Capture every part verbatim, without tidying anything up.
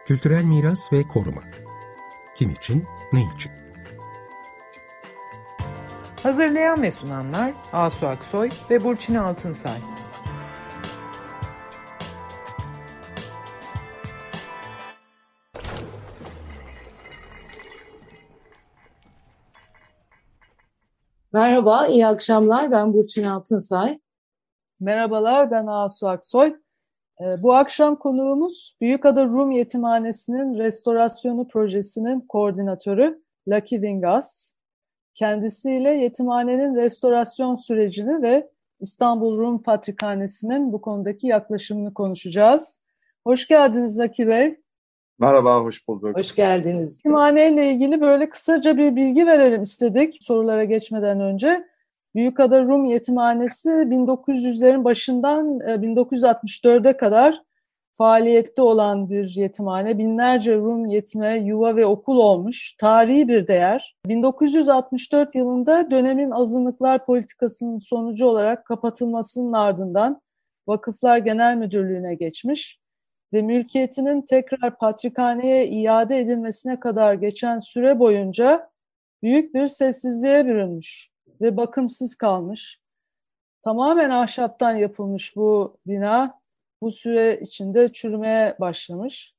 Kültürel miras ve koruma. Kim için, ne için? Hazırlayan ve sunanlar Asu Aksoy ve Burçin Altınsay. Merhaba, iyi akşamlar. Ben Burçin Altınsay. Merhabalar, ben Asu Aksoy. Bu akşam konuğumuz Büyükada Rum Yetimhanesi'nin restorasyonu projesinin koordinatörü Lucky Vingas. Kendisiyle yetimhanenin restorasyon sürecini ve İstanbul Rum Patrikhanesi'nin bu konudaki yaklaşımını konuşacağız. Hoş geldiniz Lucky Bey. Merhaba, hoş bulduk. Hoş geldiniz. Yetimhaneyle ilgili böyle kısaca bir bilgi verelim istedik sorulara geçmeden önce. Büyükada Rum Yetimhanesi bin dokuz yüzlerin başından bin dokuz yüz altmış dörde kadar faaliyette olan bir yetimhane. Binlerce Rum yetime yuva ve okul olmuş. Tarihi bir değer. bin dokuz yüz altmış dört yılında dönemin azınlıklar politikasının sonucu olarak kapatılmasının ardından Vakıflar Genel Müdürlüğü'ne geçmiş ve mülkiyetinin tekrar patrikhaneye iade edilmesine kadar geçen süre boyunca büyük bir sessizliğe bürünmüş ve bakımsız kalmış. Tamamen ahşaptan yapılmış bu bina bu süre içinde çürümeye başlamış.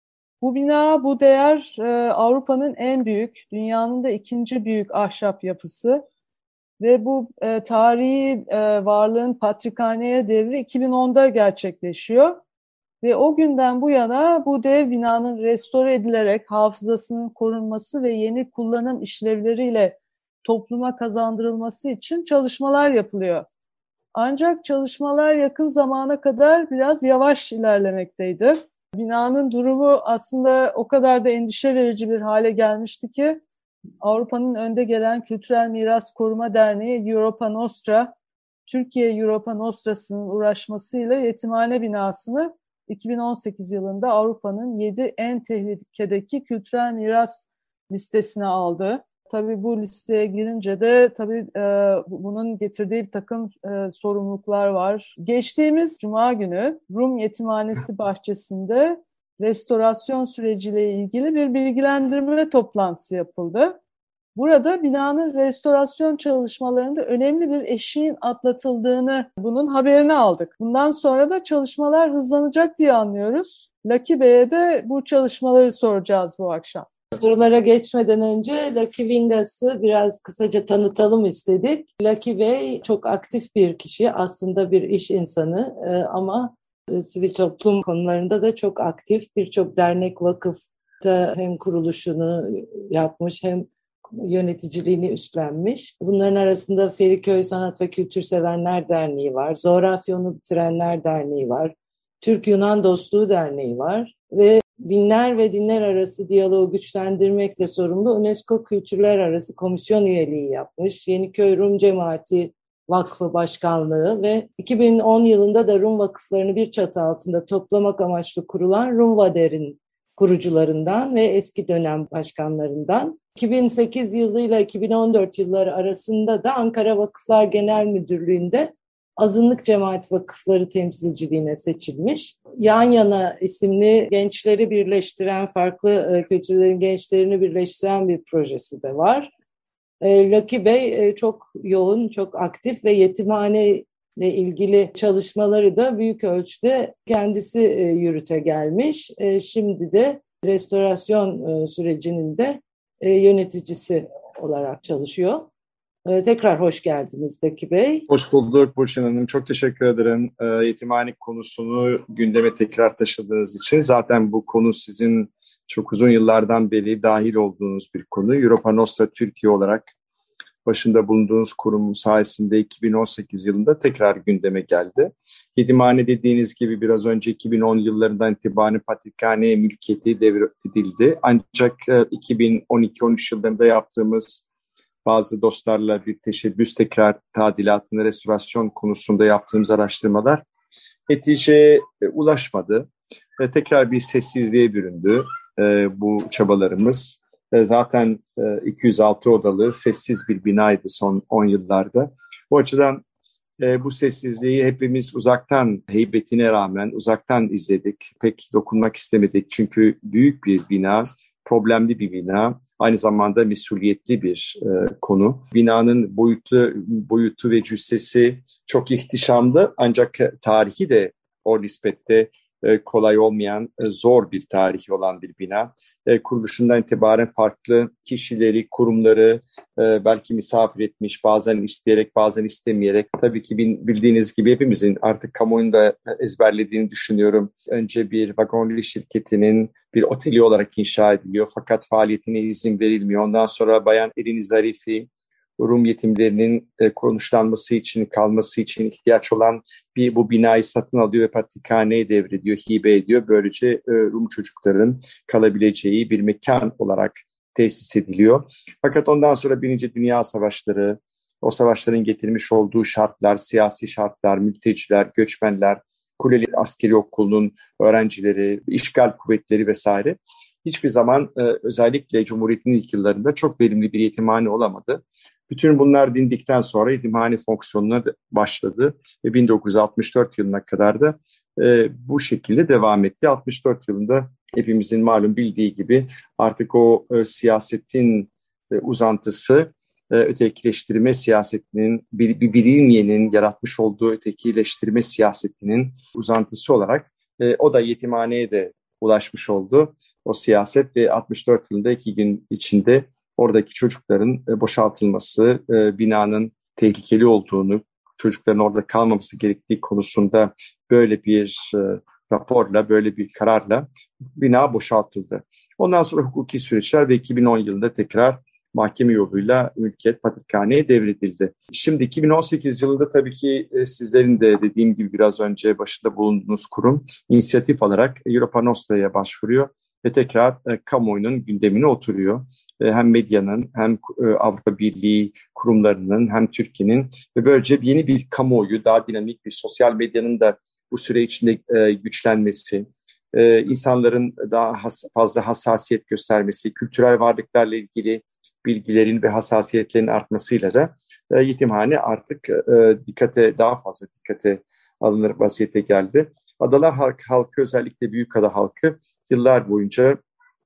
Bu bina, bu değer Avrupa'nın en büyük, dünyanın da ikinci büyük ahşap yapısı ve bu e, tarihi e, varlığın patrikhaneye devri iki bin onda gerçekleşiyor. Ve o günden bu yana bu dev binanın restore edilerek hafızasının korunması ve yeni kullanım işlevleriyle topluma kazandırılması için çalışmalar yapılıyor. Ancak çalışmalar yakın zamana kadar biraz yavaş ilerlemekteydi. Binanın durumu aslında o kadar da endişe verici bir hale gelmişti ki Avrupa'nın önde gelen Kültürel Miras Koruma Derneği Europa Nostra, Türkiye Europa Nostra'sının uğraşmasıyla yetimhane binasını iki bin on sekiz yılında Avrupa'nın yedi en tehlikedeki kültürel miras listesine aldı. Tabii bu listeye girince de tabii e, bunun getirdiği bir takım e, sorumluluklar var. Geçtiğimiz Cuma günü Rum Yetimhanesi bahçesinde restorasyon süreciyle ilgili bir bilgilendirme toplantısı yapıldı. Burada binanın restorasyon çalışmalarında önemli bir eşiğin atlatıldığını, bunun haberini aldık. Bundan sonra da çalışmalar hızlanacak diye anlıyoruz. Lucky Bey'e de bu çalışmaları soracağız bu akşam. Sorulara geçmeden önce Lucky Vingas'ı biraz kısaca tanıtalım istedik. Lucky Bey çok aktif bir kişi, aslında bir iş insanı ama sivil toplum konularında da çok aktif. Birçok dernek, vakıfta hem kuruluşunu yapmış hem yöneticiliğini üstlenmiş. Bunların arasında Feriköy Sanat ve Kültür Sevenler Derneği var, Coğrafya Onu Bitirenler Derneği var, Türk-Yunan Dostluğu Derneği var ve dinler ve dinler arası diyaloğu güçlendirmekle sorumlu UNESCO Kültürler Arası Komisyon üyeliği yapmış. Yeniköy Rum Cemaati Vakfı Başkanlığı ve iki bin on yılında da Rum vakıflarını bir çatı altında toplamak amaçlı kurulan Rumvader'in kurucularından ve eski dönem başkanlarından. iki bin sekiz yılıyla iki bin on dört yılları arasında da Ankara Vakıflar Genel Müdürlüğü'nde Azınlık Cemaat Vakıfları temsilciliğine seçilmiş. Yan Yana isimli gençleri birleştiren, farklı kültürlerin gençlerini birleştiren bir projesi de var. Lucky Bey çok yoğun, çok aktif ve yetimhane ile ilgili çalışmaları da büyük ölçüde kendisi yürüte gelmiş. Şimdi de restorasyon sürecinin de yöneticisi olarak çalışıyor. Tekrar hoş geldiniz Lucky Bey. Hoş bulduk Burçin Hanım. Çok teşekkür ederim yetimhane konusunu gündeme tekrar taşıdığınız için. Zaten bu konu sizin çok uzun yıllardan beri dahil olduğunuz bir konu. Europa Nostra Türkiye olarak başında bulunduğunuz kurum sayesinde iki bin on sekiz yılında tekrar gündeme geldi. Yetimhane dediğiniz gibi biraz önce iki bin on yıllarından itibaren patrikhaneye mülkiyeti devredildi. Ancak iki bin on iki on üç yıllarında yaptığımız bazı dostlarla bir teşebbüs tekrar tadilatını, restorasyon konusunda yaptığımız araştırmalar neticeye ulaşmadı. Ve tekrar bir sessizliğe büründü bu çabalarımız. Zaten iki yüz altı odalı sessiz bir binaydı son on yıllarda. Bu açıdan E, bu sessizliği hepimiz uzaktan, heybetine rağmen uzaktan izledik. Pek dokunmak istemedik çünkü büyük bir bina, problemli bir bina, aynı zamanda mesuliyetli bir e, konu. Binanın boyutlu boyutu ve cüssesi çok ihtişamlı, ancak tarihi de o nispette e, kolay olmayan, e, zor bir tarihi olan bir bina. E, kuruluşundan itibaren farklı kişileri, kurumları e, belki misafir etmiş, bazen isteyerek, bazen istemeyerek. Tabii ki bildiğiniz gibi hepimizin artık kamuoyunda ezberlediğini düşünüyorum. Önce bir vagonlu şirketinin bir oteli olarak inşa ediliyor, fakat faaliyetine izin verilmiyor. Ondan sonra Bayan Elini Zarifi, Rum yetimlerinin e, konuşlanması için, kalması için ihtiyaç olan bir bu binayı satın alıyor ve patrikhaneye devrediyor, hibe ediyor. Böylece e, Rum çocukların kalabileceği bir mekan olarak tesis ediliyor. Fakat ondan sonra Birinci Dünya Savaşları, o savaşların getirmiş olduğu şartlar, siyasi şartlar, mülteciler, göçmenler, Kuleli Askeri Okulu'nun öğrencileri, işgal kuvvetleri vesaire hiçbir zaman e, özellikle Cumhuriyet'in ilk yıllarında çok verimli bir yetimhane olamadı. Bütün bunlar dindikten sonra yetimhane fonksiyonuna başladı ve bin dokuz yüz altmış dört yılına kadar da e, bu şekilde devam etti. altmış dört yılında hepimizin malum bildiği gibi artık o e, siyasetin e, uzantısı, e, ötekileştirme siyasetinin, bir, bir bilinmeyenin yaratmış olduğu ötekileştirme siyasetinin uzantısı olarak e, o da yetimhaneye de ulaşmış oldu. O siyaset ve altmış dört yılında iki gün içinde oradaki çocukların boşaltılması, binanın tehlikeli olduğunu, çocukların orada kalmaması gerektiği konusunda böyle bir raporla, böyle bir kararla bina boşaltıldı. Ondan sonra hukuki süreçler ve iki bin on yılında tekrar mahkeme yoluyla mülkiyet patrikhaneye devredildi. Şimdi iki bin on sekiz yılında tabii ki sizlerin de dediğim gibi biraz önce başında bulunduğunuz kurum inisiyatif alarak Europa Nostra'ya başvuruyor ve tekrar kamuoyunun gündemine oturuyor. Hem medyanın hem Avrupa Birliği kurumlarının hem Türkiye'nin ve böylece yeni bir kamuoyu, daha dinamik bir sosyal medyanın da bu süre içinde güçlenmesi, insanların daha fazla hassasiyet göstermesi, kültürel varlıklarla ilgili bilgilerin ve hassasiyetlerin artmasıyla da yetimhane artık dikkate, daha fazla dikkate alınır vaziyete geldi. Adalar halkı, özellikle Büyükada halkı yıllar boyunca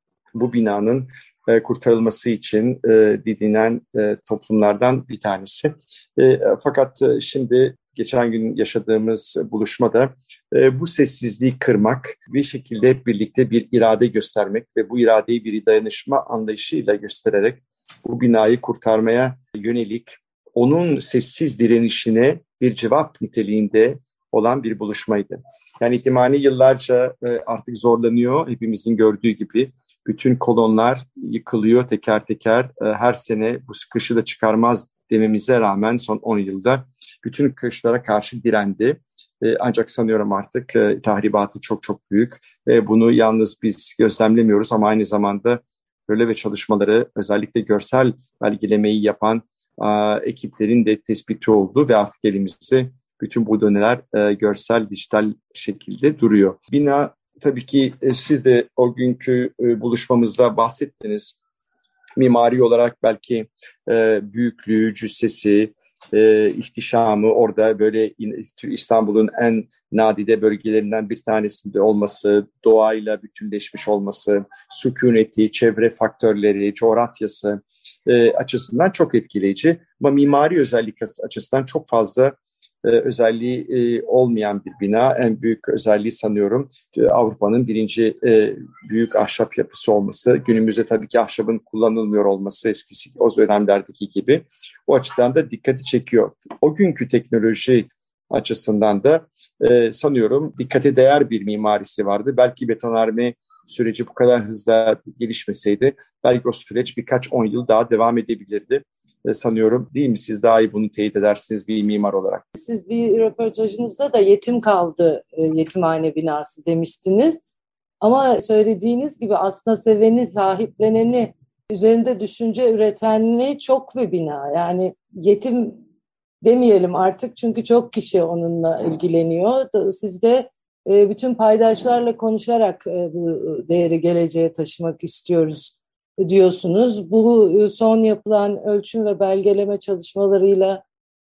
bu binanın e, kurtarılması için e, didinen e, toplumlardan bir tanesi. E, fakat e, şimdi geçen gün yaşadığımız buluşmada e, bu sessizliği kırmak, bir şekilde hep birlikte bir irade göstermek ve bu iradeyi bir dayanışma anlayışıyla göstererek bu binayı kurtarmaya yönelik onun sessiz direnişine bir cevap niteliğinde olan bir buluşmaydı. Yani yetimhane yıllarca e, artık zorlanıyor, hepimizin gördüğü gibi. Bütün kolonlar yıkılıyor teker teker. E, her sene bu kışı da çıkarmaz dememize rağmen son on yılda bütün kışlara karşı direndi. E, ancak sanıyorum artık e, tahribatı çok çok büyük. E, bunu yalnız biz gözlemlemiyoruz ama aynı zamanda röle ve çalışmaları, özellikle görsel belgelemeyi yapan e, ekiplerin de tespiti oldu ve artık elimizde bütün bu döneler e, görsel, dijital şekilde duruyor. Bina tabii ki e, siz de o günkü e, buluşmamızda bahsettiniz. Mimari olarak belki e, büyüklüğü, cüssesi, e, ihtişamı, orada böyle İstanbul'un en nadide bölgelerinden bir tanesinde olması, doğayla bütünleşmiş olması, sükuneti, çevre faktörleri, coğrafyası e, açısından çok etkileyici. Ama mimari özellik açısından çok fazla e, özelliği e, olmayan bir bina. En büyük özelliği sanıyorum e, Avrupa'nın birinci e, büyük ahşap yapısı olması. Günümüzde tabii ki ahşabın kullanılmıyor olması eskisi o dönemlerdeki gibi. O açıdan da dikkati çekiyor. O günkü teknoloji açısından da e, sanıyorum dikkate değer bir mimarisi vardı. Belki betonarme süreci bu kadar hızla gelişmeseydi belki o süreç birkaç on yıl daha devam edebilirdi. E, sanıyorum, değil mi? Siz daha iyi bunu teyit edersiniz bir mimar olarak. Siz bir röportajınızda da yetim kaldı e, yetimhane binası demiştiniz. Ama söylediğiniz gibi aslında seveni, sahipleneni, üzerinde düşünce üretenli çok bir bina. Yani yetim demeyelim artık çünkü çok kişi onunla ilgileniyor. Siz de e, bütün paydaşlarla konuşarak e, bu değeri geleceğe taşımak istiyoruz diyorsunuz. Bu son yapılan ölçüm ve belgeleme çalışmalarıyla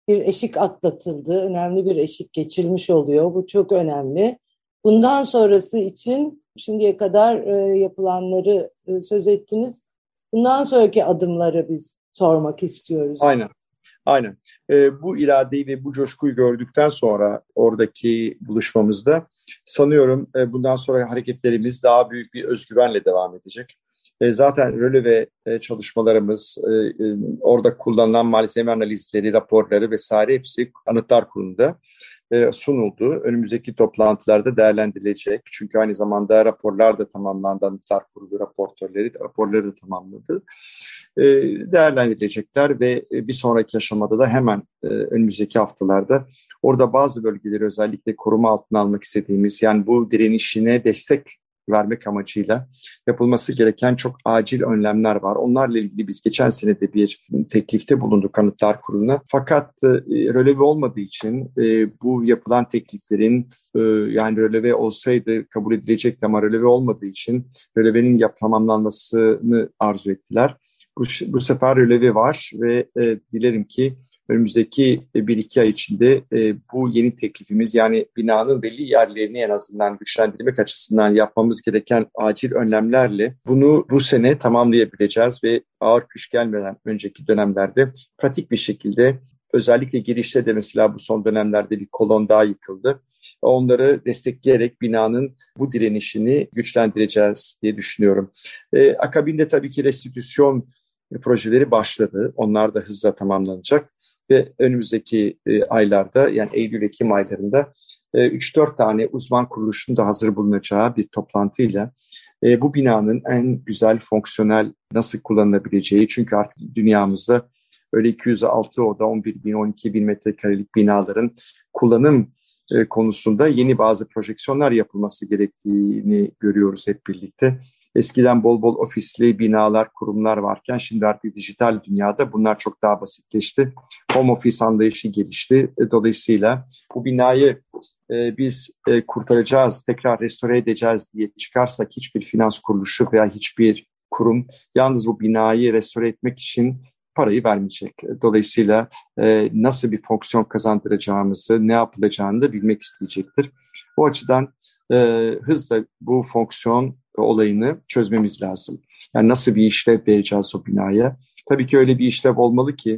bir eşik atlatıldı, önemli bir eşik geçilmiş oluyor. Bu çok önemli. Bundan sonrası için şimdiye kadar e, yapılanları e, söz ettiniz. Bundan sonraki adımları biz sormak istiyoruz. Aynen. Aynen. E, bu iradeyi ve bu coşkuyu gördükten sonra oradaki buluşmamızda sanıyorum e, bundan sonra hareketlerimiz daha büyük bir özgüvenle devam edecek. E, zaten röleve e, çalışmalarımız, e, e, orada kullanılan malzeme analizleri, raporları vesaire hepsi Anıtlar Kurulu'nda e, sunuldu. Önümüzdeki toplantılarda değerlendirilecek. Çünkü aynı zamanda raporlar da tamamlandı. Anıtlar Kurulu raportörleri, raporları da tamamladı. E, değerlendirilecekler ve bir sonraki aşamada da hemen e, önümüzdeki haftalarda orada bazı bölgeleri özellikle koruma altına almak istediğimiz, yani bu direnişine destek vermek amacıyla yapılması gereken çok acil önlemler var. Onlarla ilgili biz geçen sene de bir teklifte bulunduk Anıtlar Kurulu'na. Fakat e, röleve olmadığı için e, bu yapılan tekliflerin e, yani röleve olsaydı kabul edilecekti ama röleve olmadığı için rölevenin tamamlanmasını arzu ettiler. Bu, bu sefer röleve var ve e, dilerim ki önümüzdeki bir iki ay içinde e, bu yeni teklifimiz, yani binanın belli yerlerini en azından güçlendirmek açısından yapmamız gereken acil önlemlerle bunu bu sene tamamlayabileceğiz ve ağır kış gelmeden önceki dönemlerde pratik bir şekilde, özellikle girişte de mesela bu son dönemlerde bir kolon daha yıkıldı. Onları destekleyerek binanın bu direnişini güçlendireceğiz diye düşünüyorum. E, akabinde tabii ki restitüsyon projeleri başladı. Onlar da hızla tamamlanacak. Ve önümüzdeki e, aylarda, yani Eylül-Ekim aylarında e, üç dört tane uzman kuruluşun da hazır bulunacağı bir toplantıyla e, bu binanın en güzel, fonksiyonel nasıl kullanılabileceği, çünkü artık dünyamızda öyle iki yüz altı oda, on bir bin, on iki bin metrekarelik binaların kullanım e, konusunda yeni bazı projeksiyonlar yapılması gerektiğini görüyoruz hep birlikte. Eskiden bol bol ofisli binalar, kurumlar varken şimdi artık dijital dünyada bunlar çok daha basitleşti. Home office anlayışı gelişti. Dolayısıyla bu binayı e, biz e, kurtaracağız, tekrar restore edeceğiz diye çıkarsak hiçbir finans kuruluşu veya hiçbir kurum yalnız bu binayı restore etmek için parayı vermeyecek. Dolayısıyla e, nasıl bir fonksiyon kazandıracağımızı, ne yapılacağını da bilmek isteyecektir. O açıdan e, hızla bu fonksiyon olayını çözmemiz lazım. Yani nasıl bir işlev vereceğiz o binaya? Tabii ki öyle bir işlev olmalı ki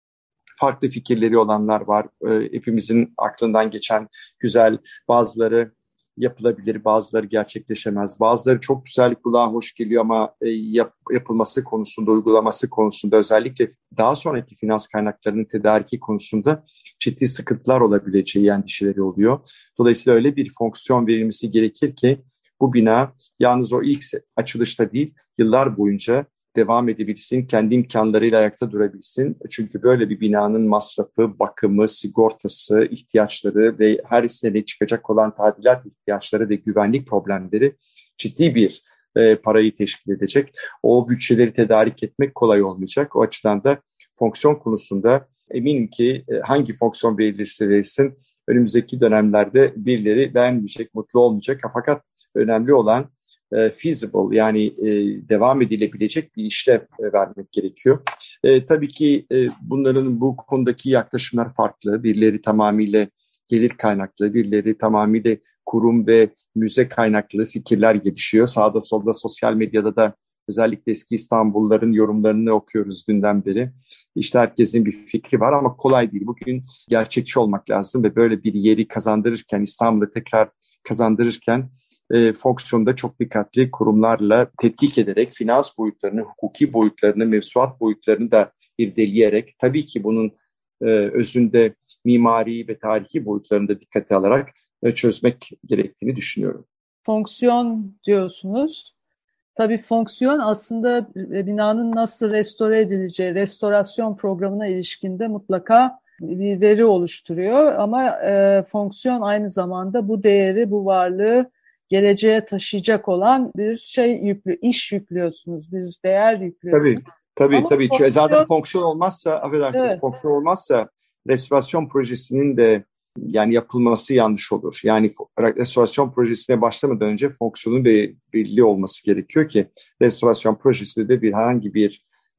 farklı fikirleri olanlar var. E, hepimizin aklından geçen güzel, bazıları yapılabilir, bazıları gerçekleşemez. Bazıları çok güzel, kulağa hoş geliyor ama e, yap, yapılması konusunda, uygulaması konusunda, özellikle daha sonraki finans kaynaklarının tedariki konusunda ciddi sıkıntılar olabileceği endişeleri oluyor. Dolayısıyla öyle bir fonksiyon verilmesi gerekir ki bu bina yalnız o ilk açılışta değil, yıllar boyunca devam edebilsin, kendi imkanlarıyla ayakta durabilsin. Çünkü böyle bir binanın masrafı, bakımı, sigortası, ihtiyaçları ve her sene çıkacak olan tadilat ihtiyaçları ve güvenlik problemleri ciddi bir e, parayı teşkil edecek. O bütçeleri tedarik etmek kolay olmayacak. O açıdan da fonksiyon konusunda eminim ki e, hangi fonksiyon verilirse verilsin, önümüzdeki dönemlerde birileri beğenmeyecek, mutlu olmayacak. Fakat önemli olan e, feasible, yani e, devam edilebilecek bir işlev e, vermek gerekiyor. E, tabii ki e, bunların bu konudaki yaklaşımlar farklı. Birileri tamamıyla gelir kaynaklı, birileri tamamıyla kurum ve müze kaynaklı fikirler gelişiyor. Sağda solda sosyal medyada da özellikle eski İstanbulluların yorumlarını okuyoruz dünden beri. İşte herkesin bir fikri var ama kolay değil. Bugün gerçekçi olmak lazım ve böyle bir yeri kazandırırken, İstanbul'u tekrar kazandırırken e, fonksiyonda çok dikkatli kurumlarla tetkik ederek finans boyutlarını, hukuki boyutlarını, mevzuat boyutlarını da irdeleyerek, tabii ki bunun e, özünde mimari ve tarihi boyutlarını da dikkate alarak e, çözmek gerektiğini düşünüyorum. Fonksiyon diyorsunuz. Tabii fonksiyon aslında binanın nasıl restore edileceği, restorasyon programına ilişkinde mutlaka bir veri oluşturuyor. Ama e, fonksiyon aynı zamanda bu değeri, bu varlığı geleceğe taşıyacak olan bir şey yüklü, iş yüklüyorsunuz, bir değer yüklüyorsunuz. Tabii, tabii, Ama tabii. fonksiyon... Zaten fonksiyon olmazsa, affedersiniz, evet. fonksiyon olmazsa restorasyon projesinin de yani yapılması yanlış olur. Yani restorasyon projesine başlamadan önce fonksiyonun belli olması gerekiyor ki restorasyon projesinde de bir herhangi bir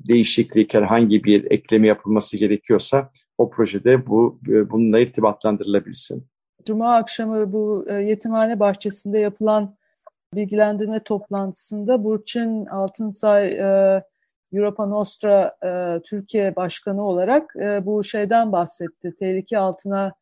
değişiklik, herhangi bir ekleme yapılması gerekiyorsa o projede bu bununla irtibatlandırılabilsin. Cuma akşamı bu yetimhane bahçesinde yapılan bilgilendirme toplantısında Burçin Altınsay, Europa Nostra Türkiye Başkanı olarak bu şeyden bahsetti. Tehlike altına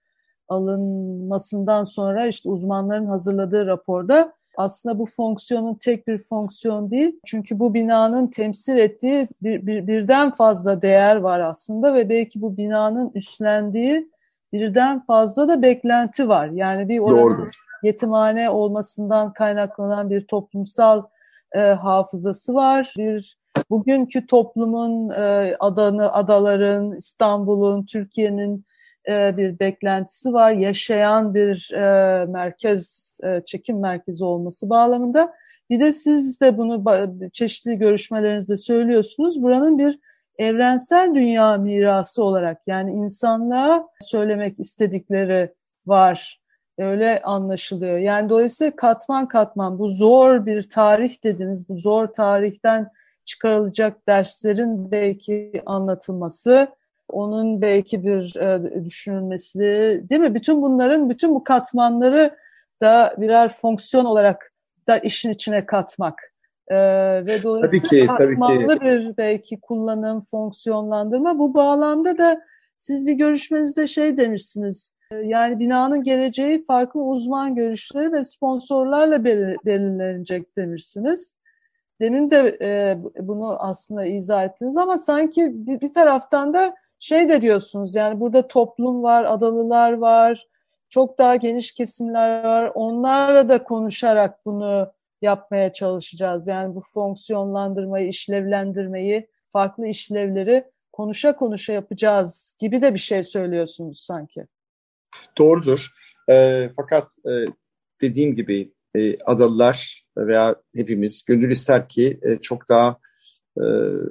alınmasından sonra işte uzmanların hazırladığı raporda aslında bu fonksiyonun tek bir fonksiyon değil. Çünkü bu binanın temsil ettiği bir, bir, birden fazla değer var aslında ve belki bu binanın üstlendiği birden fazla da beklenti var. Yani bir oranın yetimhane olmasından kaynaklanan bir toplumsal e, hafızası var. Bir bugünkü toplumun e, adanı, adaların, İstanbul'un, Türkiye'nin e, bir beklentisi var. Yaşayan bir e, merkez, e, çekim merkezi olması bağlamında. Bir de siz de bunu çeşitli görüşmelerinizde söylüyorsunuz. Buranın bir evrensel dünya mirası olarak, yani insanlığa söylemek istedikleri var. Öyle anlaşılıyor. Yani dolayısıyla katman katman bu zor bir tarih dediniz. Bu zor tarihten çıkarılacak derslerin belki anlatılması, onun belki bir e, düşünülmesi, değil mi? Bütün bunların, bütün bu katmanları da birer fonksiyon olarak da işin içine katmak. Ee, ve dolayısıyla tabii ki, katmanlı tabii ki. Bir belki kullanım, fonksiyonlandırma. Bu bağlamda da siz bir görüşmenizde şey demişsiniz, yani binanın geleceği farklı uzman görüşleri ve sponsorlarla belir, belirlenecek demişsiniz. Demin de e, bunu aslında izah ettiniz ama sanki bir, bir taraftan da şey de diyorsunuz, yani burada toplum var, adalılar var, çok daha geniş kesimler var. Onlarla da konuşarak bunu yapmaya çalışacağız. Yani bu fonksiyonlandırmayı, işlevlendirmeyi, farklı işlevleri konuşa konuşa yapacağız gibi de bir şey söylüyorsunuz sanki. Doğrudur. E, fakat e, dediğim gibi e, adalılar veya hepimiz gönül ister ki e, çok daha e,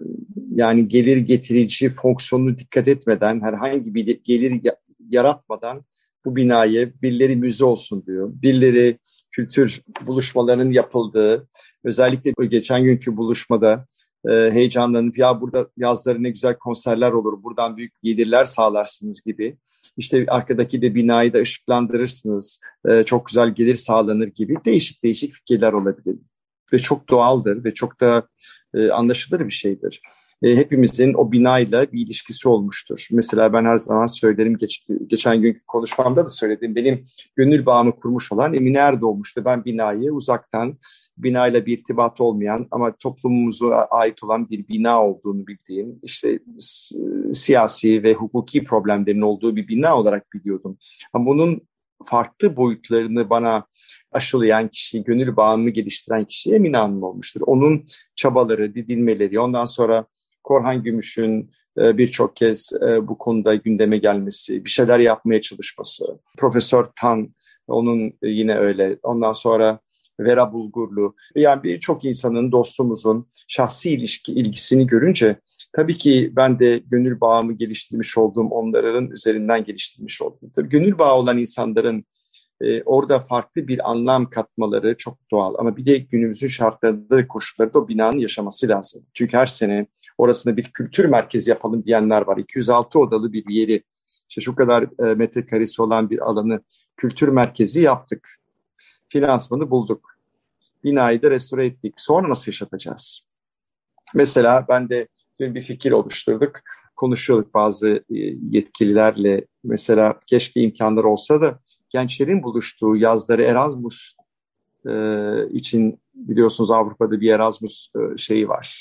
yani gelir getirici fonksiyonunu dikkat etmeden, herhangi bir gelir yaratmadan bu binayı birileri müze olsun diyor. Birileri kültür buluşmalarının yapıldığı, özellikle geçen günkü buluşmada e, heyecanlanıp ya burada yazları ne güzel konserler olur, buradan büyük gelirler sağlarsınız gibi. İşte arkadaki de binayı da ışıklandırırsınız, e, çok güzel gelir sağlanır gibi değişik değişik fikirler olabilir. Ve çok doğaldır ve çok da e, anlaşılır bir şeydir. E, hepimizin o binayla bir ilişkisi olmuştur. Mesela ben her zaman söylerim, geç, geçen günkü konuşmamda da söyledim. Benim gönül bağımı kurmuş olan Emine Erdoğmuş'tu. Ben binayı uzaktan, binayla bir irtibatı olmayan ama toplumumuza ait olan bir bina olduğunu bildiğim, işte siyasi ve hukuki problemlerin olduğu bir bina olarak biliyordum. Ama bunun farklı boyutlarını bana aşılayan kişi, gönül bağımı geliştiren kişi Emine Hanım olmuştur. Onun çabaları, didinmeleri, ondan sonra Korhan Gümüş'ün birçok kez bu konuda gündeme gelmesi, bir şeyler yapmaya çalışması, Profesör Tan, onun yine öyle, ondan sonra Vera Bulgurlu, yani birçok insanın, dostumuzun şahsi ilişki ilgisini görünce tabii ki ben de gönül bağımı geliştirmiş olduğum, onların üzerinden geliştirmiş oldum. Tabii gönül bağı olan insanların e, orada farklı bir anlam katmaları çok doğal. Ama bir de günümüzün şartlarında ve koşullarında o binanın yaşaması lazım. Çünkü her sene orasında bir kültür merkezi yapalım diyenler var. iki yüz altı odalı bir yeri, işte şu kadar e, metrekaresi olan bir alanı kültür merkezi yaptık. Finansmanı bulduk. Binayı da restore ettik. Sonra nasıl yaşatacağız? Mesela ben de dün bir fikir oluşturduk. Konuşuyorduk bazı yetkililerle. Mesela keşke imkanlar olsa da gençlerin buluştuğu yazları Erasmus e, için, biliyorsunuz Avrupa'da bir Erasmus e, şeyi var,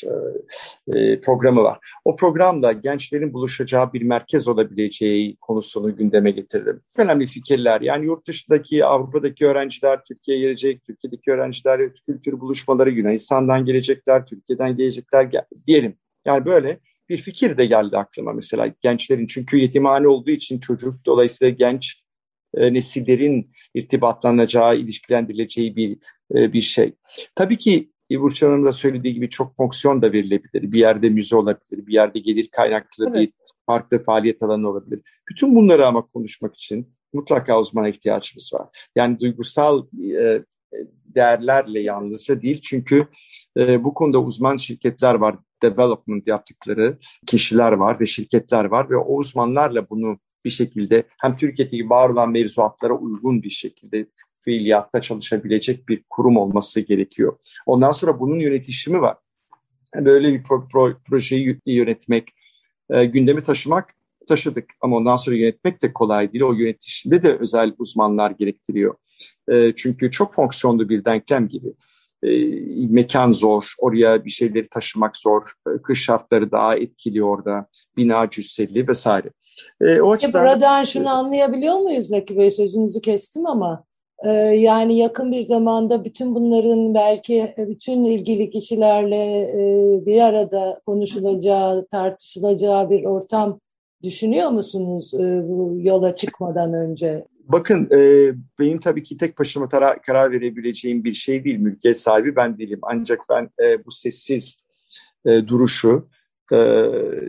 e, programı var. O programda gençlerin buluşacağı bir merkez olabileceği konusunu gündeme getirdim. Önemli fikirler. Yani yurt dışındaki, Avrupa'daki öğrenciler Türkiye'ye gelecek, Türkiye'deki öğrenciler kültür buluşmaları, Yunanistan'dan gelecekler, Türkiye'den gelecekler diyelim. Yani böyle bir fikir de geldi aklıma mesela gençlerin. Çünkü yetimhane olduğu için çocuk, dolayısıyla genç e, nesillerin irtibatlanacağı, ilişkilendirileceği bir e, bir şey. Tabii ki Burçin Hanım'ın da söylediği gibi çok fonksiyon da verilebilir. Bir yerde müze olabilir, bir yerde gelir kaynaklı evet. bir farklı faaliyet alanı olabilir. Bütün bunları ama konuşmak için mutlaka uzmana ihtiyacımız var. Yani duygusal e, değerlerle yalnızca değil. Çünkü e, bu konuda uzman şirketler var, development yaptıkları kişiler var ve şirketler var ve o uzmanlarla bunu bir şekilde hem Türkiye'deki var olan mevzuatlara uygun bir şekilde fiiliyatta çalışabilecek bir kurum olması gerekiyor. Ondan sonra bunun yönetişimi var. Böyle bir pro, pro, projeyi yönetmek, e, gündemi taşımak taşıdık ama ondan sonra yönetmek de kolay değil. O yönetişimde de özel uzmanlar gerektiriyor. E, çünkü çok fonksiyonlu bir denklem gibi. E, mekan zor, oraya bir şeyleri taşımak zor, e, kış şartları daha etkili orada, bina cüsseli vesaire. E, o açıdan, buradan şunu anlayabiliyor muyuz Lucky Bey? Sözünüzü kestim ama e, yani yakın bir zamanda bütün bunların belki bütün ilgili kişilerle e, bir arada konuşulacağı, tartışılacağı bir ortam düşünüyor musunuz e, bu yola çıkmadan önce? Bakın e, benim tabii ki tek başıma tara- karar verebileceğim bir şey değil. Mülkiyet sahibi ben değilim. Ancak ben e, bu sessiz e, duruşu e,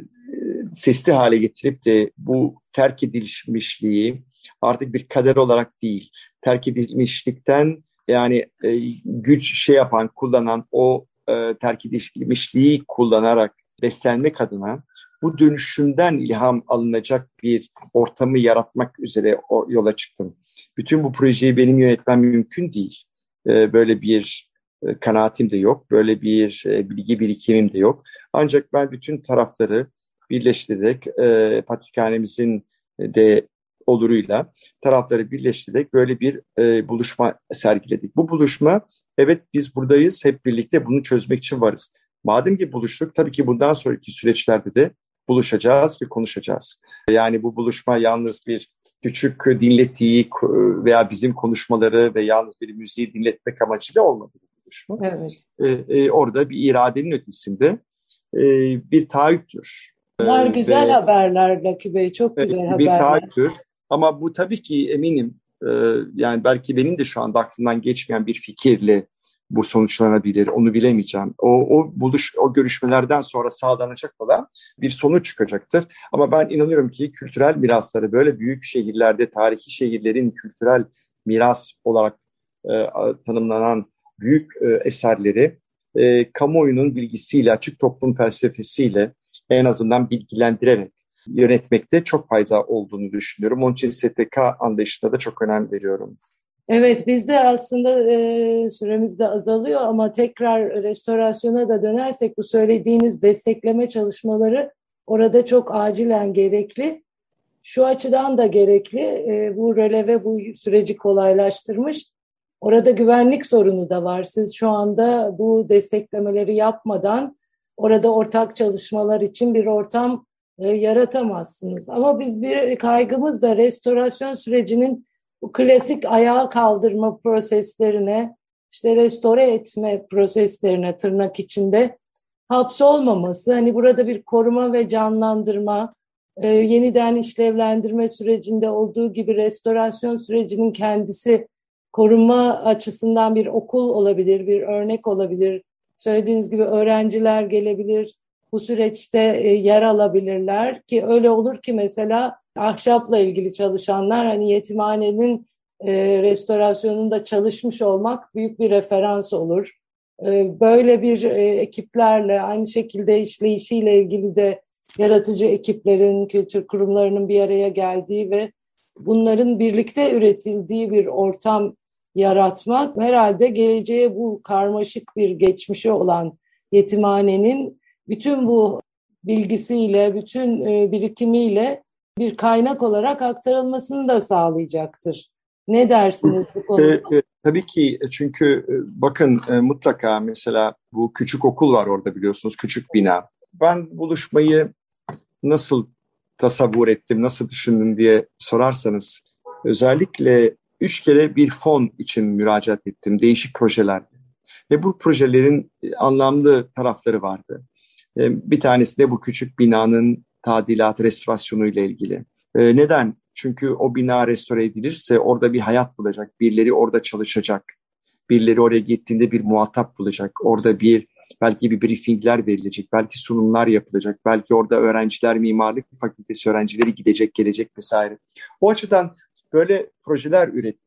sesli hale getirip de bu terk edilmişliği artık bir kader olarak değil, terk edilmişlikten yani e, güç şey yapan, kullanan o e, terk edilmişliği kullanarak beslenmek adına bu dönüşümden ilham alınacak bir ortamı yaratmak üzere o yola çıktım. Bütün bu projeyi benim yönetmem mümkün değil. E, böyle bir e, kanaatim de yok, böyle bir e, bilgi birikimim de yok. Ancak ben bütün tarafları birleştirerek e, patrikhanemizin de oluruyla tarafları birleştirerek böyle bir e, buluşma sergiledik. Bu buluşma, evet biz buradayız, hep birlikte bunu çözmek için varız. Madem ki buluştuk, tabii ki bundan sonraki süreçlerde de buluşacağız ve konuşacağız. Yani bu buluşma yalnız bir küçük dinlettiği veya bizim konuşmaları ve yalnız bir müziği dinletmek amacıyla olmadı bu buluşma. Evet. E, e, orada bir iradenin ötesinde e, bir taahhüttür. Bunlar güzel ve, haberler Lucky Bey, çok güzel bir haberler. taahhüttür. Ama bu tabii ki eminim e, yani belki benim de şu anda aklımdan geçmeyen bir fikirle bu sonuçlanabilir. Onu bilemeyeceğim. O, o buluş, o görüşmelerden sonra sağlanacak olan bir sonuç çıkacaktır. Ama ben inanıyorum ki kültürel mirasları böyle büyük şehirlerde, tarihi şehirlerin kültürel miras olarak e, tanımlanan büyük e, eserleri e, kamuoyunun bilgisiyle, açık toplum felsefesiyle en azından bilgilendirerek yönetmekte çok fayda olduğunu düşünüyorum. Onun için S T K anlayışına da çok önem veriyorum. Evet, biz de aslında e, süremiz de azalıyor ama tekrar restorasyona da dönersek bu söylediğiniz destekleme çalışmaları orada çok acilen gerekli. Şu açıdan da gerekli, e, bu röleve bu süreci kolaylaştırmış. Orada güvenlik sorunu da var. Siz şu anda bu desteklemeleri yapmadan orada ortak çalışmalar için bir ortam e, yaratamazsınız. Ama biz bir kaygımız da restorasyon sürecinin bu klasik ayağa kaldırma proseslerine, işte restore etme proseslerine tırnak içinde hapsolmaması, hani burada bir koruma ve canlandırma, e, yeniden işlevlendirme sürecinde olduğu gibi restorasyon sürecinin kendisi koruma açısından bir okul olabilir, bir örnek olabilir. Söylediğiniz gibi öğrenciler gelebilir, bu süreçte e, yer alabilirler ki öyle olur ki mesela ahşapla ilgili çalışanlar hani yetimhanenin e, restorasyonunda çalışmış olmak büyük bir referans olur. E, böyle bir e, ekiplerle aynı şekilde işleyişiyle ilgili de yaratıcı ekiplerin, kültür kurumlarının bir araya geldiği ve bunların birlikte üretildiği bir ortam yaratmak herhalde geleceğe bu karmaşık bir geçmişi olan yetimhanenin bütün bu bilgisiyle, bütün e, birikimiyle bir kaynak olarak aktarılmasını da sağlayacaktır. Ne dersiniz bu konuda? E, e, tabii ki çünkü e, bakın e, mutlaka mesela bu küçük okul var orada biliyorsunuz, küçük bina. Ben buluşmayı nasıl tasavvur ettim, nasıl düşündüm diye sorarsanız özellikle üç kere bir fon için müracaat ettim değişik projelerde. Ve bu projelerin anlamlı tarafları vardı. Bir tanesi de bu küçük binanın tadilat, restorasyonu ile ilgili. Neden? Çünkü o bina restore edilirse orada bir hayat bulacak, birileri orada çalışacak, birileri oraya gittiğinde bir muhatap bulacak, orada bir belki bir briefingler verilecek, belki sunumlar yapılacak, belki orada öğrenciler, mimarlık fakültesi öğrencileri gidecek, gelecek vesaire. O açıdan böyle projeler ürettim.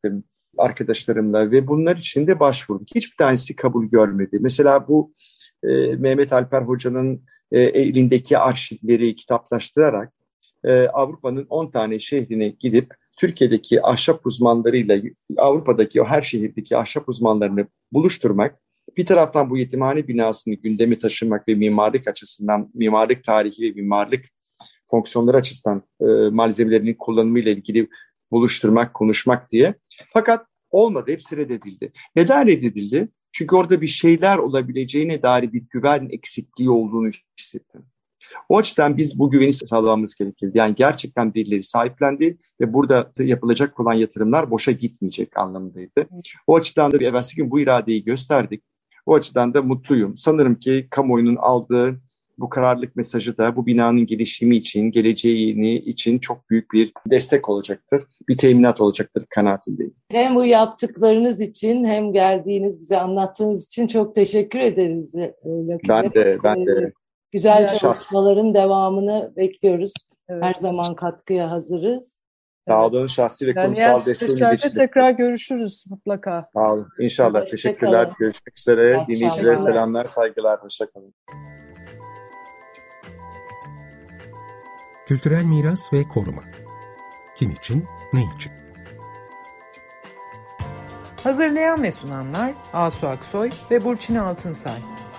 arkadaşlarımla ve bunlar için de başvurduk. Hiçbir tanesi kabul görmedi. Mesela bu e, Mehmet Alper Hoca'nın e, elindeki arşivleri kitaplaştırarak e, Avrupa'nın on tane şehrine gidip Türkiye'deki ahşap uzmanlarıyla Avrupa'daki o her şehirdeki ahşap uzmanlarını buluşturmak, bir taraftan bu yetimhane binasını gündeme taşımak ve mimarlık açısından, mimarlık tarihi ve mimarlık fonksiyonları açısından e, malzemelerinin kullanımıyla ilgili buluşturmak, konuşmak diye. Fakat olmadı, hepsi reddedildi. Neden reddedildi? Çünkü orada bir şeyler olabileceğine dair bir güven eksikliği olduğunu hissettim. O açıdan biz bu güveni sağlamamız gerekirdi. Yani gerçekten birileri sahiplendi ve burada yapılacak olan yatırımlar boşa gitmeyecek anlamındaydı. O açıdan da bir evvelsi gün bu iradeyi gösterdik. O açıdan da mutluyum. Sanırım ki kamuoyunun aldığı bu kararlılık mesajı da bu binanın gelişimi için, geleceğini için çok büyük bir destek olacaktır. Bir teminat olacaktır kanaatindeyim. Hem bu yaptıklarınız için hem geldiğiniz, bize anlattığınız için çok teşekkür ederiz. Ben de, ben de. Güzel Şahs. çalışmaların devamını bekliyoruz. Evet. Her zaman katkıya hazırız. Sağ olun, şahsi ve Yani kurumsal desteğiniz için. tekrar görüşürüz mutlaka. Sağ olun. İnşallah. Hoşça Teşekkürler. kalın. Görüşmek üzere. İyi Dinleyicilere akşamlar. selamlar, saygılar. Hoşça kalın. Kültürel miras ve koruma. Kim için, ne için? Hazırlayan ve sunanlar Asu Aksoy ve Burçin Altınsay.